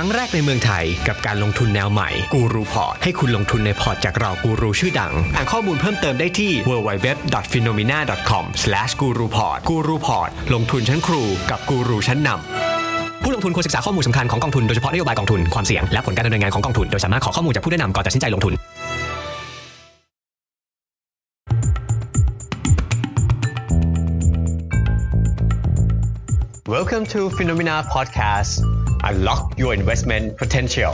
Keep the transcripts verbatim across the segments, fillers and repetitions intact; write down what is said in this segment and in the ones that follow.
รั้งแรกในเมืองไทยกับการลงทุนแนวใหม่กูรูพอร์ตให้คุณลงทุนในพอร์ตจากเรากูรูชื่อดังอ่านข้อมูลเพิ่มเติมได้ที่ ดับเบิลยู ดับเบิลยู ดับเบิลยู ดอท ฟีโนมีนา ดอท คอม สแลช กูรูพอร์ต กูรูพอร์ตลงทุนชั้นครูกับกูรูชั้นนำผู้ลงทุนควรศึกษาข้อมูลสำคัญของกองทุนโดยเฉพาะนโยบายกองทุนความเสี่ยงและผลการดำเนินงานของกองทุนโดยสามารถขอข้อมูลจากผู้แนะนำก่อนตัดสินใจลงทุนWelcome to Phenomena Podcast. Unlock your investment potential.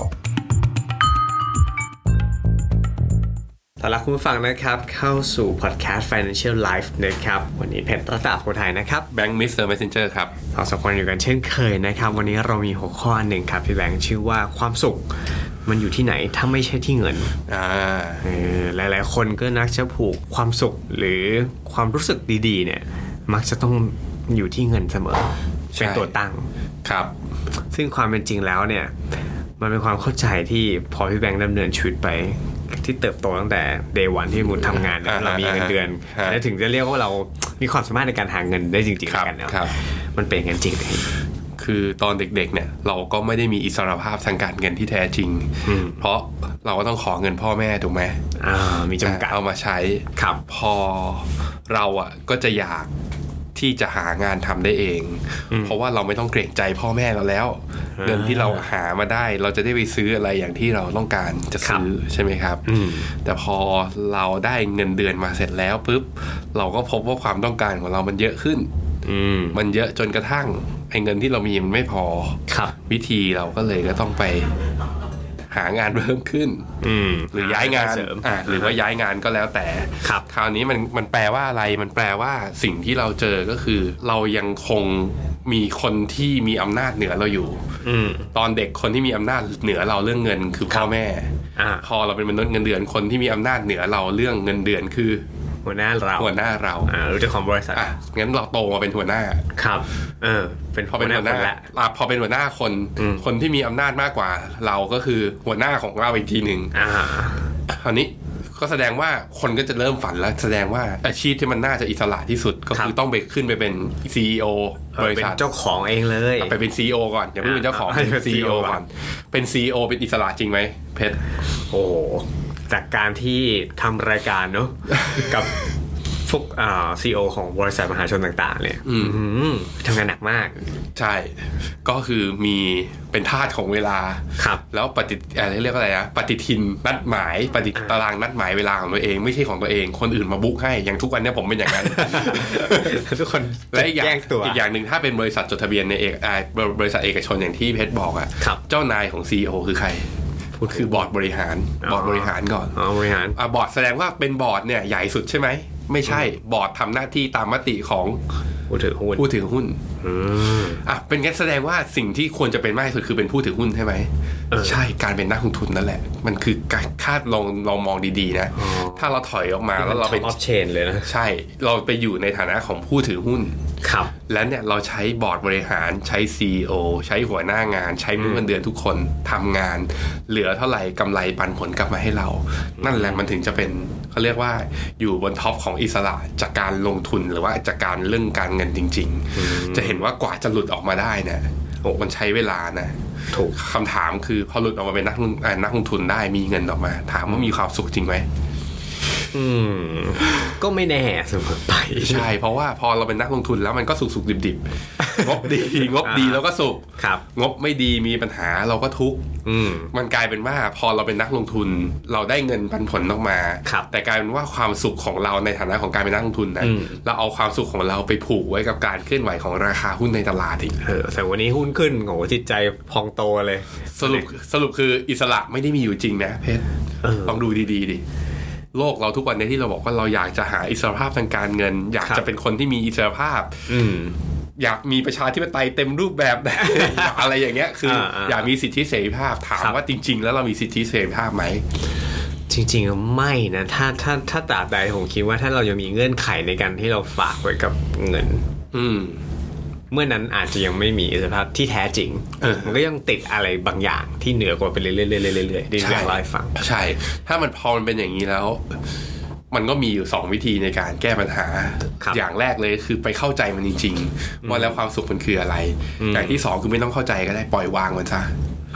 ต้อนรับคุณผู้ฟังนะครับเข้าสู่ Podcast Financial Life นะครับวันนี้เพชรรัตน์โพไทยนะครับแบงค์มิสเตอร์เมสเซนเจอร์ครับเราสองคนอยู่กันเช่นเคยนะครับวันนี้เรามีหัวข้อหนึ่งครับพี่แบงค์ชื่อว่าความสุขมันอยู่ที่ไหนถ้าไม่ใช่ที่เงินอ่าเออหลายๆคนก็นักจะผูกความสุขหรือความรู้สึกดีๆเนี่ยมักจะต้องอยู่ที่เงินเสมอเป็นตัวตั้งครับซึ่งความเป็นจริงแล้วเนี่ยมันเป็นความเข้าใจที่พอพี่แบงค์ดำเนินชีวิตไปที่เติบโตตั้งแต่ day วันที่มุนทำงานเรามีเงินเดือนและถึงจะเรียกว่าเรามีความสามารถในการหาเงินได้จริงๆกันเนาะมันเป็นเงินจริงคือตอนเด็กๆเนี่ยเราก็ไม่ได้มีอิสรภาพทางการเงินที่แท้จริงเพราะเราก็ต้องขอเงินพ่อแม่ถูกไหมอ่ามีจำกัดเอามาใช้ครับพอเราอ่ะก็จะอยากที่จะหางานทำได้เองเพราะว่าเราไม่ต้องเกรงใจพ่อแม่เราแล้วเงินที่เราหามาได้เราจะได้ไปซื้ออะไรอย่างที่เราต้องการจะซื้อใช่ไหมครับแต่พอเราได้เงินเดือนมาเสร็จแล้วปุ๊บเราก็พบว่าความต้องการของเรามันเยอะขึ้นมันเยอะจนกระทั่งไอ้เงินที่เรามีมันไม่พอวิธีเราก็เลยก็ต้องไปหางานเพิ่มขึ้นหรือย้ายงานอ่าหรือว่าย้ายงานก็แล้วแต่คราวนี้มันมันแปลว่าอะไรมันแปลว่าสิ่งที่เราเจอก็คือเรายังคงมีคนที่มีอำนาจเหนือเราอยู่ตอนเด็กคนที่มีอำนาจเหนือเราเรื่องเงินคือพ่อแม่พอเราเป็นมนุษย์เงินเดือนคนที่มีอำนาจเหนือเราเรื่องเงินเดือนคือหัวหน้าเราหัวหน้าเราอ่าหรือเจ้าของบริษัทอ่ะงั้นเราโตมาเป็นหัวหน้าครับเออเป็นพอเป็นหัวหน้าอ่ะพอเป็นหัวหน้าคนคนที่มีอำนาจมากกว่าเราก็คือหัวหน้าของเราอีกทีนึงอ่าคราวนี้ก็แสดงว่าคนก็จะเริ่มฝันแล้วแสดงว่าอาชีพที่มันน่าจะอิสระที่สุดก็คือต้องไปขึ้นไปเป็น ซี อี โอ บริษัทเป็นเจ้าของเองเลยไปเป็น ซี อี โอ ก่อนอย่าเพิ่งเป็นเจ้าของเป็น ซี อี โอ ก่อนเป็น ซี อี โอ เป็นอิสระจริงไหมเพชรโอ้จากการที่ทำรายการเนอะกับพวกอ่า ซี อี โอ ของบริษัทมหาชนต่างๆเนี่ยทำงานหนักมากใช่ก็คือมีเป็นทาสของเวลาครับแล้วปฏิอะไรเรียกว่าอะไรนะปฏิทินนัดหมายปฏิตารางนัดหมายเวลาของตัวเองไม่ใช่ของตัวเองคนอื่นมาบุ๊กให้อย่างทุกวันนี้ผมเป็นอย่างนั้นทุกคนและอีกอย่างอีกอย่างหนึ่งถ้าเป็นบริษัทจดทะเบียนในเอกบริษัทเอกชนอย่างที่เพชรบอกอ่ะเจ้านายของ ซี อี โอ คือใครคือบอร์ดบริหารบอร์ดบริหารก่อนอ๋อบริหารอ่าบอร์ดแสดงว่าเป็นบอร์ดเนี่ยใหญ่สุดใช่ไหมไม่ใช่บอร์ดทำหน้าที่ตามมติของผู้ถือหุ้นผู้ถือหุ้นอ่ะเป็นงั้นแสดงว่าสิ่งที่ควรจะเป็นมากที่สุดคือเป็นผู้ถือหุ้นใช่ไหมใช่การเป็นนักลงทุนนั่นแหละมันคือการคาดลองลองมองดีๆนะถ้าเราถอยออกมาแล้วเราเป็นออฟเชนเลยนะใช่เราไปอยู่ในฐานะของผู้ถือหุ้นครับแล้วเนี่ยเราใช้บอร์ดบริหารใช้ ซี อี โอ ใช้หัวหน้างานใช้เงินเดือนทุกคนทำงานเหลือเท่าไหร่กำไรปันผลกลับมาให้เรานั่นแหละมันถึงจะเป็นเขาเรียกว่าอยู่บนท็อปของอิสระจากการลงทุนหรือว่าจากการเรื่องการเงินจริงๆจะเห็นว่ากว่าจะหลุดออกมาได้เนี่ยโอ้มันใช้เวลานะถูกคำถามคือพอหลุดออกมาเป็นนักนักลงทุนได้มีเงินออกมาถามว่ามีความสุขจริงไหมอืมก็ไม่แน่เสมอไปใช่เพราะว่าพอเราเป็นนักลงทุนแล้วมันก็สุกสุกดิบดิบงบดีงบดีแล้วก็สุกงบไม่ดีมีปัญหาเราก็ทุกข์มันกลายเป็นว่าพอเราเป็นนักลงทุนเราได้เงินปันผลออกมาแต่กลายเป็นว่าความสุขของเราในฐานะของการเป็นนักลงทุนนะเราเอาความสุขของเราไปผูกไว้กับการเคลื่อนไหวของราคาหุ้นในตลาดอีกเออแต่วันนี้หุ้นขึ้นโหจิตใจพองโตเลยสรุปสรุปคืออิสระไม่ได้มีอยู่จริงนะเพชรลองดูดีๆดิโลกเราทุกวันนี้ที่เราบอกว่าเราอยากจะหาอิสรภาพทางการเงินอยากจะเป็นคนที่มีอิสรภาพอยากมีประชาธิปไตยเต็มรูปแบบ อะไรอย่างเงี้ยคืออยากมีสิทธิเสรีภาพถามว่าจริงๆแล้วเรามีสิทธิเสรีภาพไหมจริงๆไม่นะถ้าถ้าถ้าตราบใดผมคิดว่าถ้าเรายังมีเงื่อนไขในการที่เราฝากไว้กับเงินอืมเมื่อนั้นอาจจะยังไม่มีอิสรภาพที่แท้จริงมันก็ยังติดอะไรบางอย่างที่เหนือกว่าไปเรื่อยๆเรื่อยๆที่เรื่องเล่าให้ฟังใช่ถ้ามันพอมันเป็นอย่างนี้แล้วมันก็มีอยู่สองวิธีในการแก้ปัญหาอย่างแรกเลยคือไปเข้าใจมันจริงๆว่าแล้วความสุขมันคืออะไรอย่างที่สองคือไม่ต้องเข้าใจก็ได้ปล่อยวางมันซะ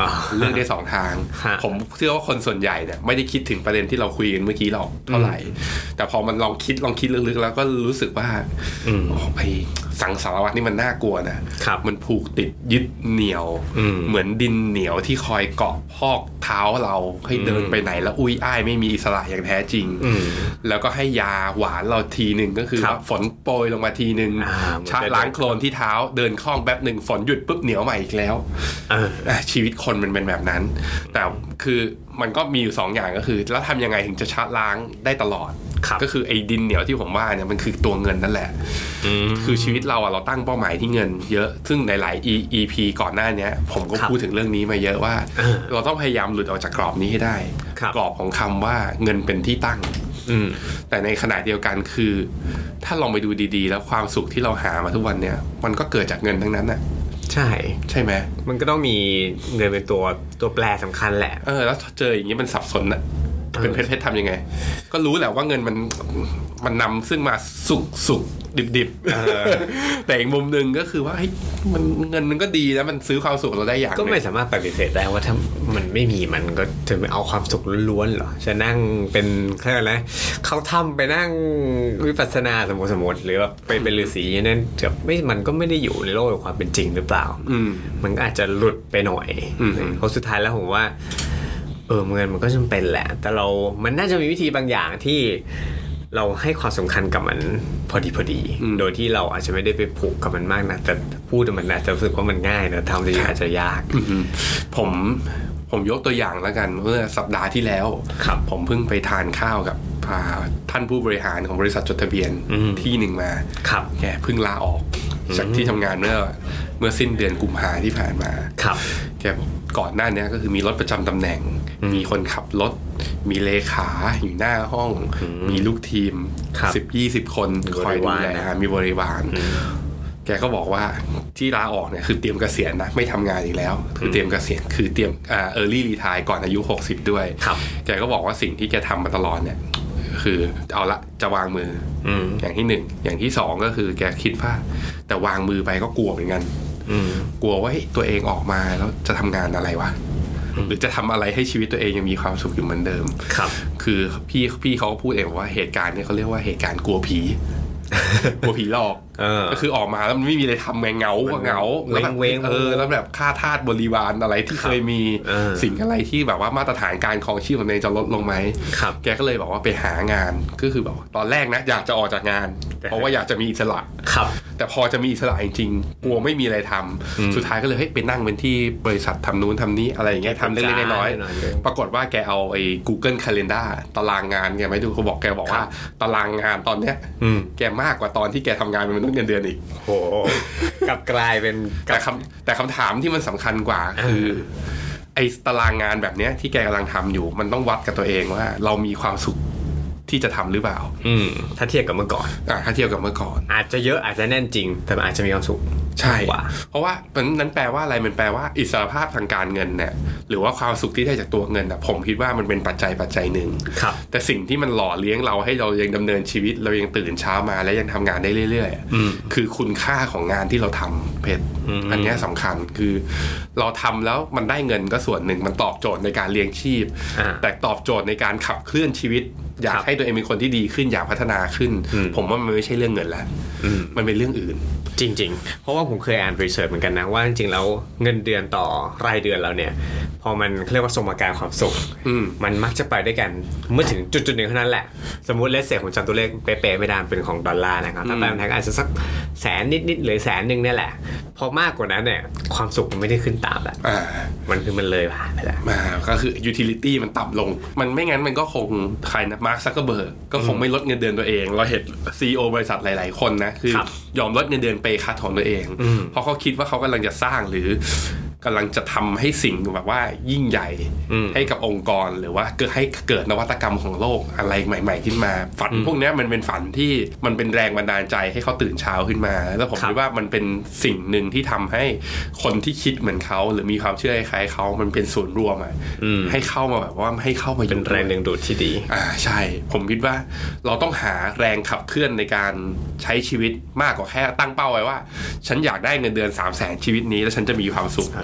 เลือกได้สองทางผมเชื่อว่าคนส่วนใหญ่เนี่ยไม่ได้คิดถึงประเด็นที่เราคุยกันเมื่อกี้หรอกเท่าไหร่แต่พอมันลองคิดลองคิดลึกๆแล้วก็รู้สึกว่าไอ้สังสารวัฏนี่มันน่ากลัวนะมันผูกติดยึดเหนี่ยวเหมือนดินเหนียวที่คอยเกาะพอกเท้าเราให้เดินไปไหนแล้วอุ้ยอ้ายไม่มีอิสระอย่างแท้จริงแล้วก็ให้ยาหวานเราทีนึงก็คือว่าฝนโปรยลงมาทีนึงชะล้างโคลนที่เท้าเดินคล่องแป๊บหนึ่งฝนหยุดปุ๊บเหนียวใหม่อีกแล้วชีวิตคนมันเป็นแบบนั้นแต่คือมันก็มีอยู่สองอย่างก็คือแล้วทำยังไงถึงจะชะล้างได้ตลอดก็คือไอ้ดินเหนียวที่ผมว่าเนี่ยมันคือตัวเงินนั่นแหละคือชีวิตเราอะเราตั้งเป้าหมายที่เงินเยอะซึ่งในหลาย อี พี ก่อนหน้านี้ผมก็พูดถึงเรื่องนี้มาเยอะว่าเราต้องพยายามหลุดออกจากกรอบนี้ให้ได้กรอบของคำว่าเงินเป็นที่ตั้งแต่ในขณะเดียวกันคือถ้าลองไปดูดีๆแล้วความสุขที่เราหามาทุกวันเนี่ยมันก็เกิดจากเงินทั้งนั้นน่ะใช่ใช่ไหมมันก็ต้องมีเงินเป็นตัวตัวแปรสำคัญแหละเออแล้วเจออย่างนี้มันสับสนน่ะเป็นเพชรเพชรทำยังไงก็รู้แหละว่าเงินมันมันนำซึ่งมาสุกสุกดิบดิบแต่อีกมุมหนึ่งก็คือว่ามันเงินมันก็ดีแล้วมันซื้อความสุขเราได้อย่างก็ไม่สามารถปฏิเสธได้ว่าถ้ามันไม่มีมันก็จะไม่เอาความสุขล้วนๆหรอจะนั่งเป็นแค่อะไรเขาทำไปนั่งวิปัสสนาสมมติสมมติหรือว่าไปเป็นฤาษีนั่นจะไม่มันก็ไม่ได้อยู่ในโลกของความเป็นจริงหรือเปล่ามันก็อาจจะหลุดไปหน่อยเพราะสุดท้ายแล้วผมว่าเออเงินมันก็จำเป็นแหละแต่เรามันน่าจะมีวิธีบางอย่างที่เราให้ความสำคัญกับมันพอดีพอดีโดยที่เราอาจจะไม่ได้ไปผูกกับมันมากนะแต่พูดมันอาจจะรู้สึกว่ามันง่ายนะทำจริงอาจจะยากผมผมยกตัวอย่างแล้วกันเมื่อสัปดาห์ที่แล้วผมเพิ่งไปทานข้าวกับท่านผู้บริหารของบริษัทจดทะเบียนที่หนึ่งมาแกเพิ่งลาออกจากที่ทำงานเมื่อเมื่อสิ้นเดือนกุมภาที่ผ่านมาแกก่อนหน้านี้ก็คือมีรถประจำตำแหน่งมีคนขับรถมีเลขาอยู่หน้าห้องมีลูกทีมสิบยี่สิบคนคอยดูแลมีบริวารแกก็บอกว่าที่ลาออกเนี่ยคือเตรียมเกษียณนะไม่ทำงานอีกแล้วคือเตรียมเกษียณคือเตรียมอ่า early retire ก่อนอายุหกสิบด้วยแกก็บอกว่าสิ่งที่แกทำมาตลอดเนี่ยคือเอาละจะวางมืออย่างที่หนึ่งอย่างที่สองก็คือแกคิดว่าแต่วางมือไปก็กลัวเหมือนกันกลัวว่าตัวเองออกมาแล้วจะทำงานอะไรวะหรือจะทำอะไรให้ชีวิตตัวเองยังมีความสุขอยู่เหมือนเดิมครับคือพี่พี่เขาก็พูดเองว่าเหตุการณ์นี้เขาเรียกว่าเหตุการณ์กลัวผีกลัวผีหลอกก็คือออกมาแล้วมันไม่มีอะไรทำไงเงาก็เงาแล้วแบบเออแล้วแบบค่าทาสบริวารอะไรที่เคยมีสิ่งอะไรที่แบบว่ามาตรฐานการครองชีพของตัวเองจะลดลงไหมแกก็เลยบอกว่าไปหางานก็คือแบบตอนแรกนะอยากจะออกจากงานเพราะว่าอยากจะมีอิสระแต่พอจะมีอิสระจริงๆกลัวไม่มีอะไรทำสุดท้ายก็เลยให้ไปนั่งเป็นที่บริษัททำนู้นทำนี้อะไรอย่างเงี้ยทำเล็กๆน้อยๆปรากฏว่าแกเอาไอ้ Google Calendar ตารางงานแกไม่ดูเขาบอกแกบอกว่าตารางงานตอนเนี้ยแกมากกว่าตอนที่แกทำงานเป็นมนุษย์เงินเดือนอีกโหกลับกลายเป็นแต่คำแต่คำถามที่มันสำคัญกว่าคือไอ้ตารางงานแบบเนี้ยที่แกกำลังทำอยู่มันต้องวัดกับตัวเองว่าเรามีความสุขที่จะทำหรือเปล่าอืมถ้าเทียบกับเมื่อก่อนอ่าถ้าเทียบกับเมื่อก่อนอาจจะเยอะอาจจะแน่นจริงแต่อาจจะมีความสุขใช่เพราะว่านั้นแปลว่าอะไรมันแปลว่าอิสรภาพทางการเงินเนี่ยหรือว่าความสุขที่ได้จากตัวเงินนะผมคิดว่ามันเป็นปัจจัยปัจจัยหนึ่งแต่สิ่งที่มันหล่อเลี้ยงเราให้เรายังดำเนินชีวิตเรายังตื่นเช้ามาและยังทำงานได้เรื่อยๆคือคุณค่าของงานที่เราทำเพชรอันนี้สำคัญคือเราทำแล้วมันได้เงินก็ส่วนหนึ่งมันตอบโจทย์ในการเลี้ยงชีพแต่ตอบโจทย์ในการขับเคลื่อนชีวิตอยากให้ตัวเองเป็นคนที่ดีขึ้นอยากพัฒนาขึ้นผมว่ามันไม่ใช่เรื่องเงินแล้วมันเป็นเรื่องอื่นจริงๆเพราะว่าผมเคยอ่านรีเสิร์ชเหมือนกันนะว่าจริงๆแล้วเงินเดือนต่อรายเดือนเราเนี่ยพอมันเรียกว่าสมการความสุขมันมักจะไปด้วยกันเมื่อถึงจุดๆหนึ่งเท่านั้นแหละสมมุติเลสเซผมจำตัวเลขเป๊ะๆไม่ได้เป็นของดอลลาร์นะครับถ้าแปลเป็นไทยก็อาจจะสักแสนนิดๆหรือแสนนึงนี่แหละพอมากกว่านั้นเนี่ยความสุขมันไม่ได้ขึ้นตามแล้วมันคือมันเลยผ่านไปแล้วก็คือยูทิลิตี้มันต่ำลงมันไม่งั้นมันก็คงใครนะมาร์คซักเคอร์เบิร์กก็คงไม่ลดเงินเดือนตัวเองเราเห็น ซี อี โอ บริษัทหลายๆคนนะคือยอมลดเงินเดือนไปคัทของตัวเองเพราะเขาคิดว่าเขากำลังจะสร้างหรือกำลังจะทำให้สิ่งแบบว่ายิ่งใหญ่ให้กับองค์กรหรือว่าเกิดให้เกิดนวัตกรรมของโลกอะไรใหม่ๆขึ้นมาฝันพวกนี้มันเป็นฝันที่มันเป็นแรงบันดาลใจให้เขาตื่นเช้าขึ้นมาแล้วผมคิดว่ามันเป็นสิ่งหนึ่งที่ทำให้คนที่คิดเหมือนเขาหรือมีความเชื่อคล้ายๆเขามันเป็นศูนย์รวมอ่ะให้เข้ามาแบบว่าให้เข้ามาเป็นแรงดึงดูดที่ดีอ่าใช่ผมคิดว่าเราต้องหาแรงขับเคลื่อนในการใช้ชีวิตมากกว่าแค่ตั้งเป้าไว้ว่าฉันอยากได้เงินเดือน สามแสน ชีวิตนี้แล้วฉันจะมีความสุขโ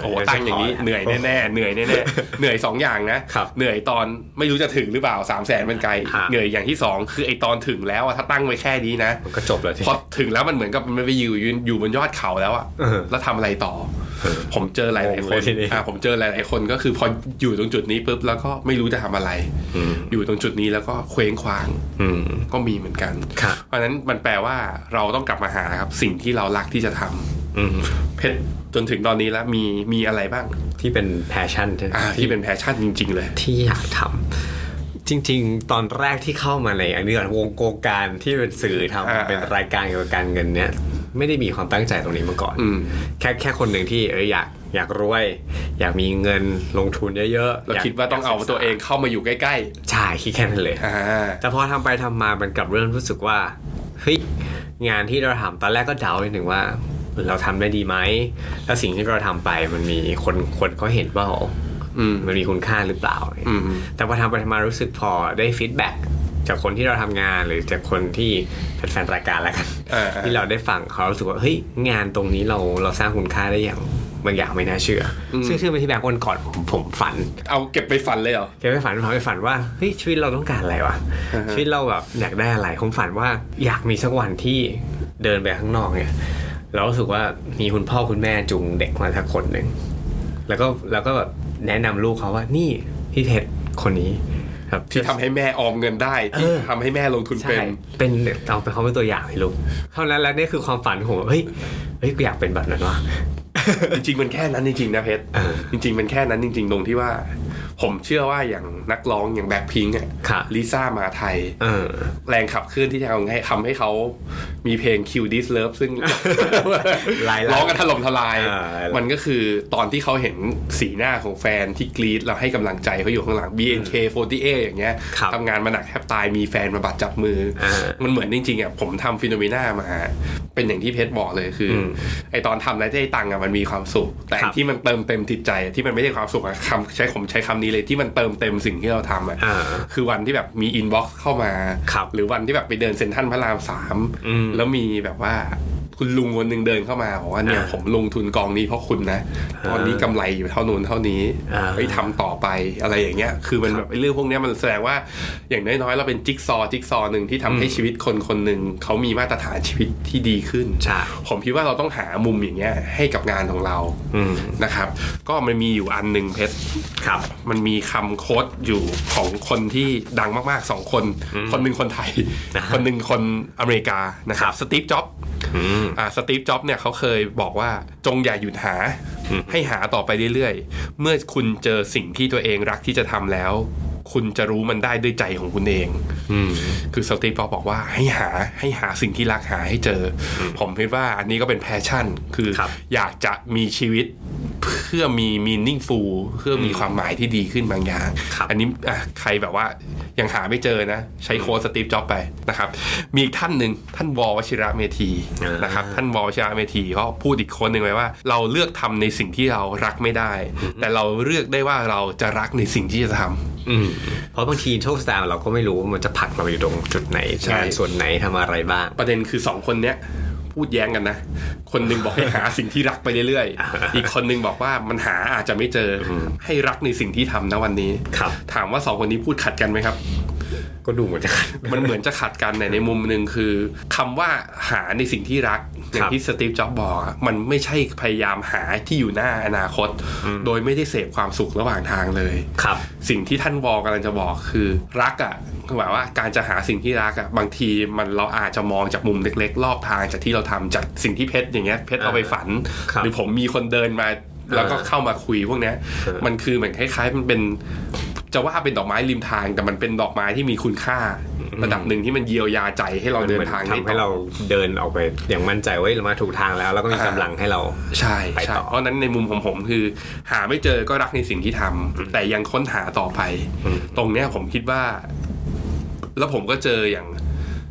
อ้ตั้งอย่างนี้เหนื่อยแน่ๆเหนื่อยแน่ๆเหนื่อยสองอย่างนะเหนื่อยตอนไม่รู้จะถึงหรือเปล่าสามแสนมันไกลเหนื่อยอย่างที่สองคือไอตอนถึงแล้วถ้าตั้งไว้แค่นี้นะมันก็จบแล้วพอถึงแล้วมันเหมือนกับมันไปอยู่อยู่บนยอดเขาแล้วอะแล้วทำอะไรต่อผมเจอหลายๆคนอ่าผมเจอหลายๆคนก็คือพออยู่ตรงจุดนี้ปุ๊บแล้วก็ไม่รู้จะทำอะไรอยู่ตรงจุดนี้แล้วก็เคว้งคว้างก็มีเหมือนกันเพราะฉะนั้นมันแปลว่าเราต้องกลับมาหาครับสิ่งที่เรารักที่จะทำเพชรจนถึงตอนนี้แล้วมีมีอะไรบ้างที่เป็นแพชชั่นที่เป็นแพชชั่นจริงๆเลยที่อยากทำจริงๆตอนแรกที่เข้ามาในอันนี้ก่อนวงโครงการที่เป็นสื่อทำเป็นรายการเกี่ยวกับการเงินเนี้ยไม่ได้มีความตั้งใจตรงนี้มาก่อนแค่แค่คนหนึ่งที่เอออยากอยากรวยอยากมีเงินลงทุนเยอะๆแล้วคิดว่าต้องเอาตัวเองเข้ามาอยู่ใกล้ๆใช่คิดแค่นั้นเลยแต่พอทำไปทำมามันกลับเริ่มรู้สึกว่าเฮ้ยงานที่เราทำตอนแรกก็เดาไปถึงว่าเราทำได้ดีไหมแล้วสิ่งที่เราทำไปมันมีคนคนเขาเห็นว่ามันมีคุณค่าหรือเปล่าแต่พอทำไปทำมารู้สึกพอได้ฟีดแบ็กจากคนที่เราทำงานหรือจากคนที่เป็นแฟนรายการแล้วกันที่เราได้ฟังเขารู้สึกว่าเฮ้ยงานตรงนี้เราเราสร้างคุณค่าได้อย่างบางอย่างไม่น่าเชื่อซึ่งเชื่อไปที่แบบวันก่อนผมผมฝันเอาเก็บไปฝันเลยเหรอเก็บไปฝันผมไปฝันว่าเฮ้ยชีวิตเราต้องการอะไรวะชีวิตเราแบบอยากได้อะไรผมฝันว่าอยากมีสักวันที่เดินไปข้างนอกเนี่ยเรารู้สึกว่ามีคุณพ่อคุณแม่จูงเด็กมาสักคนหนึ่งแล้วก็แล้วก็แบบแนะนำลูกเขาว่านี่พี่เท็ดคนนี้ครับที่ทำให้แม่ออมเงินได้ที่ทำให้แม่ลงทุนเป็นเป็นเอาไปเขาเป็นตัวอย่างให้ลูกเท่านั้นแล้วนี่คือความฝันของผมเฮ้ยเฮ้ยกูอยากเป็นแบบนั้นว่ะจริงๆมันแค่นั้นจริงๆนะเพชรจริงๆมันแค่นั้นจริงๆตรงที่ว่าผมเชื่อว่าอย่างนักร้องอย่างแบล็คพิงค์อ่ะลิซ่ามาไทยแรงขับเคลื่อนที่จะเอาให้ทำให้เขามีเพลง Kill This Love ซึ่งร้องกันถล่มทลายมันก็คือตอนที่เขาเห็นสีหน้าของแฟนที่กรี๊ดเราให้กำลังใจเขาอยู่ข้างหลัง บี เอ็น เค โฟร์ตี้เอท อย่างเงี้ยทำงานมาหนักแทบตายมีแฟนมาบัดจับมือมันเหมือนจริงๆอ่ะผมทำฟิโนเมนามาเป็นอย่างที่เพชรบอกเลยคือไอตอนทำแล้วได้ตังค์อ่ะมันมีความสุขแต่ที่มันเติมเต็มจิตใจที่มันไม่ใช่ความสุขอ่ะคำใช้ผมใช้คำนี้เลยที่มันเติมเต็มสิ่งที่เราทำอ่ะคือวันที่แบบมีอินบ็อกซ์เข้ามาหรือวันที่แบบไปเดินเซ็นทรัลพระรามสามแล้วมีแบบว่าคุณลุงคนหนึ่งเดินเข้ามาบอกว่าเนี่ยผมลงทุนกองนี้เพราะคุณนะตอนนี้กำไรอยู่เท่านู้นเท่านี้ไปทำต่อไปอะไรอย่างเงี้ยคือมันแบบเรื่องพวกนี้มันแสดงว่าอย่างน้อยๆเราเป็นจิ๊กซอจิ๊กซอหนึ่งที่ทำให้ชีวิตคนคนหนึ่งเขามีมาตรฐานชีวิตที่ดีขึ้นผมคิดว่าเราต้องหามุมอย่างเงี้ยให้กับงานของเรานะครับก็มันมีอยู่อันหนึ่งเพชรครับมันมีคำโค้ดอยู่ของคนที่ดังมากๆสองคนคนหนึ่งคนไทยคนหนึ่งคนอเมริกานะครับสตีฟจ็อบส์อ่าสตีฟจ็อบส์เนี่ยเขาเคยบอกว่าจงอย่าหยุดหาให้หาต่อไปเรื่อยๆเมื่อคุณเจอสิ่งที่ตัวเองรักที่จะทำแล้วคุณจะรู้มันได้ด้วยใจของคุณเองคือสตีฟจ็อบส์บอกว่าให้หาให้หาสิ่งที่รักหาให้เจอผมคิดว่าอันนี้ก็เป็นแพชชั่นคืออยากจะมีชีวิตเพื่อมี meaningful เพื่อมีความหมายที่ดีขึ้นบางอย่างอันนี้ใครแบบว่ายังหาไม่เจอนะใช้โค้ดสตีฟจ็อบส์ไปนะครับมีอีกท่านหนึ่งท่านวอวชิระเมธีนะครับท่านวอวชิระเมธีเขาพูดอีกคนหนึ่งไว้ว่าเราเลือกทำในสิ่งที่เรารักไม่ได้แต่เราเลือกได้ว่าเราจะรักในสิ่งที่จะทำเพราะบางทีโชคชะตาเราก็ไม่รู้ว่ามันจะผลักเราอยู่ตรงจุดไหนงานส่วนไหนทำอะไรบ้างประเด็นคือสองคนเนี้ยพูดแย้งกันนะคนนึงบอกให้หาสิ่งที่รักไปเรื่อยๆอีกคนนึงบอกว่ามันหาอาจจะไม่เจอให้รักในสิ่งที่ทำนะวันนี้ถามว่าสองคนนี้พูดขัดกันไหมครับก็ดูเหมือนจะขัดมันเหมือนจะขัดกันในมุมนึงคือคำว่าหาในสิ่งที่รักอย่างที่สตีฟจ็อบส์บอกมันไม่ใช่พยายามหาที่อยู่หน้าอนาคตโดยไม่ได้เสพความสุขระหว่างทางเลยครับสิ่งที่ท่านวอลกำลังจะบอกคือรักอ่ะคือแบบว่าการจะหาสิ่งที่รักอ่ะบางทีมันเราอาจจะมองจากมุมเล็กๆรอบทางจากที่เราทำจากสิ่งที่เพชรอย่างเงี้ยเพชรเอาไปฝันหรือผมมีคนเดินมาแล้วก็เข้ามาคุยพวกนี้มันคือเหมือนคล้ายๆมันเป็นจะว่าเป็นดอกไม้ริมทางแต่มันเป็นดอกไม้ที่มีคุณค่าระดับหนึ่งที่มันเยียวยาใจให้เราเดินทางทำให้เราเดินออกไปอย่างมั่นใจว่าเรามาถูกทางแล้วแล้วก็มีกำลังให้เราใช่ใช่เพราะนั้นในมุมของผมคือหาไม่เจอก็รักในสิ่งที่ทำแต่ยังค้นหาต่อไปตรงเนี้ยผมคิดว่าแล้วผมก็เจออย่าง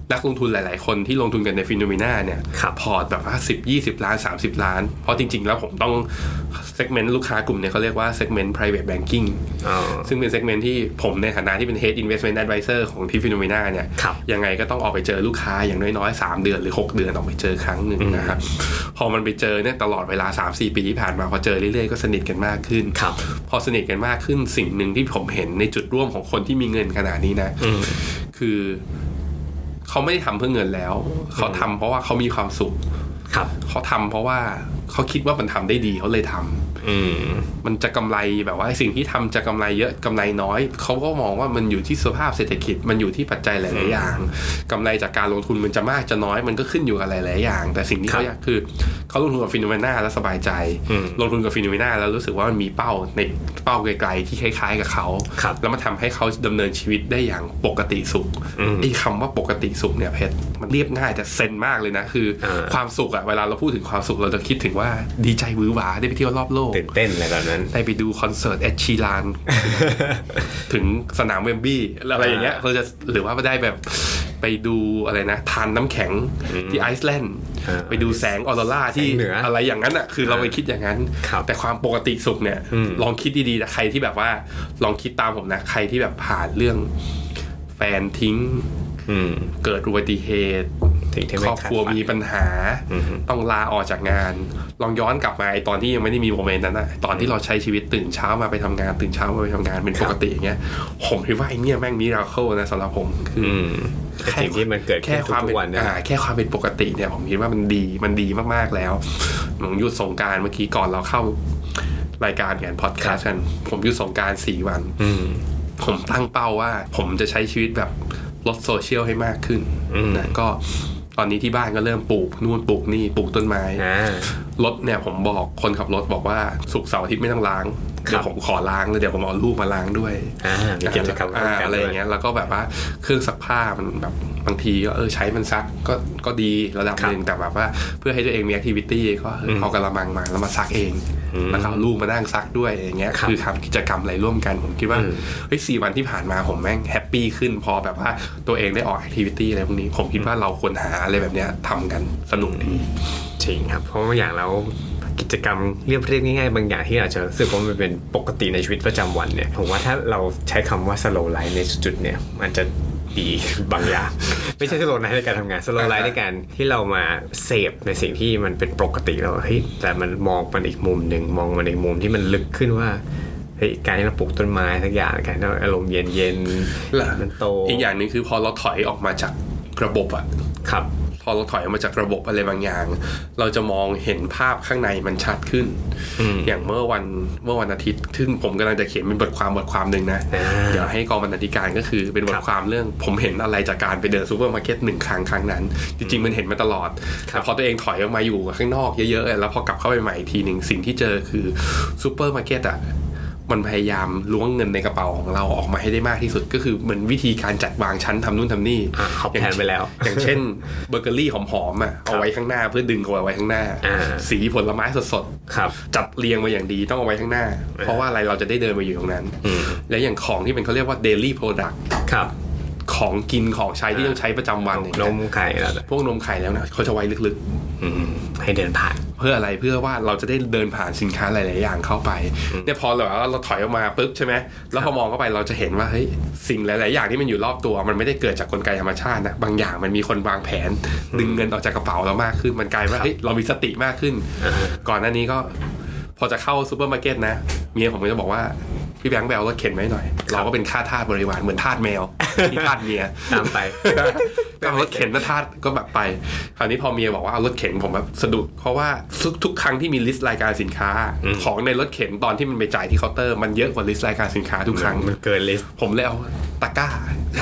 นักลงทุนหลายๆคนที่ลงทุนกันใน Phenomena เนี่ยพอร์ตแบบว่าสิบ ยี่สิบล้านสามสิบล้านเพราะจริงๆแล้วผมต้องเซกเมนต์ลูกค้ากลุ่มเนี่ยเขาเรียกว่าเซกเมนต์ private banking ซึ่งเป็นเซกเมนต์ที่ผมในฐานะที่เป็น head investment advisor ของที่ Phenomena เนี่ยยังไงก็ต้องออกไปเจอลูกค้าอย่างน้อยๆสามเดือนหรือหกเดือนออกไปเจอครั้งนึงนะครับพอมันไปเจอเนี่ยตลอดเวลา สามสี่ ปีที่ผ่านมาพอเจอเรื่อยๆก็สนิทกันมากขึ้นพอสนิทกันมากขึ้นสิ่งนึงที่ผมเห็นในจุดร่วมของคนที่มีเงินขนาดนี้นะคือเขาไม่ได้ทำเพื่อเงินแล้วเขาทำเพราะว่าเขามีความสุขเขาทำเพราะว่าเขาคิดว่ามันทำได้ดีเขาเลยทำมันจะกำไรแบบว่าสิ่งที่ทำจะกำไรเยอะกำไรน้อยเขาก็มองว่ามันอยู่ที่สภาพเศรษฐกิจมันอยู่ที่ปัจจัยหลายๆอย่างกำไรจากการลงทุนมันจะมากจะน้อยมันก็ขึ้นอยู่กับหลายๆอย่างแต่สิ่งที่เขาอยากคือเขาลงทุนกับ Phenomena แล้วสบายใจลงทุนกับ Phenomena แล้วรู้สึกว่ามันมีเป้าในเป้าไกลๆที่คล้ายๆกับเขาแล้วมันทำให้เขาดำเนินชีวิตได้อย่างปกติสุขไอ้คำว่าปกติสุขเนี่ยเพชรมันเรียบง่ายแต่เซนมากเลยนะคือความสุขอะเวลาเราพูดถึงความสุขเราจะคิดถึงว่าดีใจวือหวาได้ไปเที่ยวรอบโลกตื่นเต้นอะไรแบบนั้นได้ไปดูคอนเสิร์ตเอ็ดชีรานถึงสนามเวมบลีย์อะไรอย่างเงี้ยเราจะหรือว่าได้แบบไปดูอะไรนะทานน้ำแข็งที่ไอซ์แลนด์ไปดูแสงออโรราที่อะไรอย่างนั้นอ่ะคือเราไปคิดอย่างนั้นแต่ความปกติสุขเนี่ยลองคิดดีๆแต่ใครที่แบบว่าลองคิดตามผมนะใครที่แบบผ่านเรื่องแฟนทิ้งเกิดอุบัติเหตุครอบครัวมีปัญหาต้องลาออกจากงานลองย้อนกลับมาตอนที่ยังไม่ได้มีโมเมนต์นั้นนะตอนที่เราใช้ชีวิตตื่นเช้ามาไปทำงานตื่นเช้ามาไปทำงานเป็นปกติอย่างเงี้ยผมคิดว่าไอ้เนี่ยแม่งมิราเคิลนะสำหรับผมคือแค่ที่มันเกิดแค่ความเป็นแค่ความเป็นปกติเนี่ยผมคิดว่ามันดีมันดีมากๆแล้วผมหยุดสงกรานต์เมื่อกี้ก่อนเราเข้ารายการกันพอดแคสต์กันผมหยุดสงกรานต์สี่วันผมตั้งเป้าว่าผมจะใช้ชีวิตแบบลดโซเชียลให้มากขึ้นนะก็ตอนนี้ที่บ้านก็เริ่มปลูกนู่นปลูกนี่ปลูกต้นไม้รถเนี่ยผมบอกคนขับรถบอกว่าศุกร์เสาร์อาทิตย์ไม่ต้องล้างเดี๋ยวผมขอล้างแล้วเดี๋ยวผมเอาลูกมาล้างด้วยมีกิจกรรมอะไรอย่างเงี้ยแล้วก็แบบว่าเครื่องซักผ้ามันแบบบางทีก็เออใช้มันซักก็ก็ดีระดับนึงแต่แบบว่าเพื่อให้ตัวเองมีแอคทิวิตี้ก็เอากระมังมาแล้วมาซักเองแล้วก็เอาลูกมานั่งซักด้วยอย่างเงี้ยคือทำกิจกรรมอะไรร่วมกันผมคิดว่าเฮ้ยสี่วันที่ผ่านมาผมแม่งแฮปปี้ขึ้นพอแบบว่าตัวเองได้ออกแอคทิวิตี้อะไรพวกนี้ผมคิดว่าเราควรหาอะไรแบบเนี้ยทำกันสนุกดีจริงครับเพราะว่าอย่างเรากิจกรรมเรียบเรียบง่ายๆบางอย่างที่อาจจะรู้สึกว่ามันเป็นปกติในชีวิตประจำวันเนี่ยผมว่าถ้าเราใช้คำว่า slow life ในจุดเนี่ยมันจะดีบางอย่างไม่ใช่ slow life ในการทำงาน slow life ในการที่เรามาเสพในสิ่งที่มันเป็นปกติเราเฮ้ยแต่มันมองมันอีกมุมหนึ่งมองมันอีกมุมที่มันลึกขึ้นว่าเฮ้ยการที่เราปลูกต้นไม้สักอย่างการที่เราอารมณ์เย็นๆมันโตอีกอย่างนึงคือพอเราถอยออกมาจากระบบอ่ะครับพอเราถอยออกมาจากระบบอะไรบางอย่างเราจะมองเห็นภาพข้างในมันชัดขึ้น อ, อย่างเมื่อวันเมื่อวันอาทิตย์ซึ่งผมกำลังจะเขียนเป็นบทความบทความนึงนะเดี๋ยวให้กองบรรณาธิการก็คือเป็นบทความเรื่องผมเห็นอะไรจากการไปเดินซูเปอร์มาร์เก็ตหนึ่งครั้งครั้งนั้นจริงๆมันเห็นมาตลอดแต่พอตัวเองถอยออกมาอยู่ข้างนอกเยอะๆแล้วพอกลับเข้าไปใหม่ทีนึงสิ่งที่เจอคือซูเปอร์มาร์เก็ตอ่ะมันพยายามล้วงเงินในกระเป๋าของเราออกมาให้ได้มากที่สุดก็คือเหมือนวิธีการจัดวางชั้นทำนู่นทำนี่เขาแผนไปแล้วอย่างเช่นเบเกอรี่หอมๆอ่ะเอาไว้ข้างหน้าเพื่อดึงเอาไว้ข้างหน้าสีผลไม้สดๆจัดเรียงมาอย่างดีต้องเอาไว้ข้างหน้าเพราะว่าอะไรเราจะได้เดินมาอยู่ตรงนั้นและอย่างของที่เป็นเขาเรียกว่า daily product ของกินของใช้ที่ต้องใช้ประจำวันนมไข่แล้วพวกนมไข่แล้วนะเขาจะไว้ลึกๆให้เดินผ่านเพื่ออะไรเพื่อว่าเราจะได้เดินผ่านสินค้าหลายๆอย่างเข้าไปเนี่ยพอเราเราถอยออกมาปุ๊บใช่ไหมแล้วพอมองเข้าไปเราจะเห็นว่าเฮ้ยสิ่งหลายๆอย่างที่มันอยู่รอบตัวมันไม่ได้เกิดจากกลไกธรรมชาตินะบางอย่างมันมีคนวางแผนดึงเงินออกจากกระเป๋าเรามากขึ้นมันกลายว่าเฮ้ยเรามีสติมากขึ้นก่อนหน้านี้ก็พอจะเข้าซูเปอร์มาร์เก็ตนะเมียผมก็จะบอกว่าพี่แบงค์แบลรถเข็นไว้หน่อยเราก็เป็นค่าทาสบริวารเหมือนทาสแมวที่ทาสเมียตามไปเอารถเข็นแล้วทาสก็แบบไปคราวนี้พอเมียบอกว่าเอารถเข็นผมแบบสะดุดเพราะว่าทุกทุกครั้งที่มีลิสต์รายการสินค้าของในรถเข็นตอนที่มันไปจ่ายที่เคาน์เตอร์มันเยอะกว่าลิสต์รายการสินค้าทุกครั้งมันเกินลิสต์ผมเลยเอาตะกร้า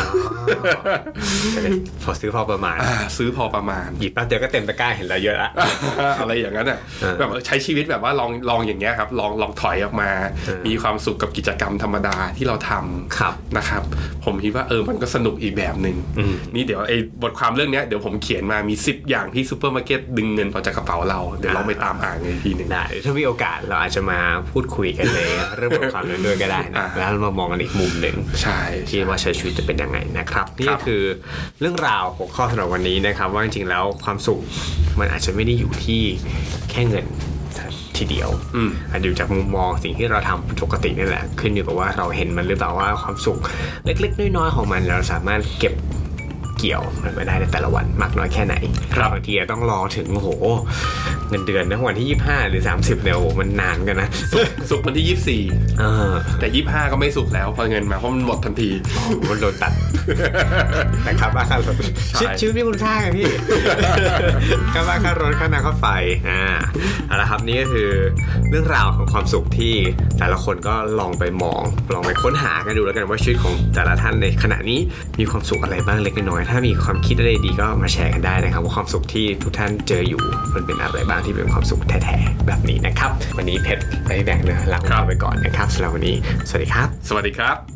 พอซื้อพอประมาณซื้อพอประมาณหยิบแป๊บเดียวก็เต็มตะกร้าเห็นแล้วเยอะละอะไรอย่างนั้นอ่ะแบบใช้ชีวิตแบบว่าลองลองอย่างเงี้ยครับลองลองถอยออกมามีความสุขกับกิจกรรมธรรมดาที่เราทำนะครับผมคิดว่าเออมันก็สนุกอีกแบบนึงนี่เดี๋ยวไอ้บทความเรื่องนี้เดี๋ยวผมเขียนมามีสิบอย่างที่ซูเปอร์มาร์เก็ตดึงเงินออกจากกระเป๋าเราเดี๋ยวลองไปตามอ่านในทีนึงได้ถ้ามีโอกาสเราอาจจะมาพูดคุยกันเลยเรื่องบทความนั้นด้วยก็ได้นะแล้วมามองกันอีกมุมหนึ่งใช่ที่ว่าใช้ชีวิตจะเป็นยังไงนะครับนี่คือเรื่องราวหัวข้อสำหรับวันนี้นะครับว่าจริงๆแล้วความสุขมันอาจจะไม่ได้อยู่ที่แค่เงินทีเดียวอาจจะอยู่จากมุมมองสิ่งที่เราทำปกตินี่แหละขึ้นอยู่กับว่าเราเห็นมันหรือเปล่าว่าความสุขเล็กๆน้อยๆของมันเราสามารถเก็บเกี่ยวมันมาได้ในแต่ละวันมากน้อยแค่ไหนบางทีต้องรอถึงโหเงินเดือนนะวันที่ยี่สิบห้าหรือสามสิบเนี่ยโหมันนานกันนะสุกวันที่ยี่สิบสี่เออแต่ยี่สิบห้าก็ไม่สุกแล้วพอเงินมาเพราะมันหมดทันทีมันโดนตัดนะครับว่าค่ารถชีวิตมีคุณค่าไงพี่ค่าบ้านค่ารถค่าน้ำค่าไฟอ่าเอาละครับนี่ก็คือเรื่องราวของความสุขที่แต่ละคนก็ลองไปมองลองไปค้นหากันดูแล้วกันว่าชีวิตของแต่ละท่านในขณะนี้มีความสุขอะไรบ้างเล็กน้อยถ้ามีความคิดอะไรดีก็มาแชร์กันได้นะครับว่าความสุขที่ทุกท่านเจออยู่มันเป็นอะไรบ้างที่เป็นความสุขแท้ๆแบบนี้นะครับวันนี้เพชรไปแบ่งเนื้อลาไปก่อนนะครับสำหรับวันนี้สวัสดีครับสวัสดีครับ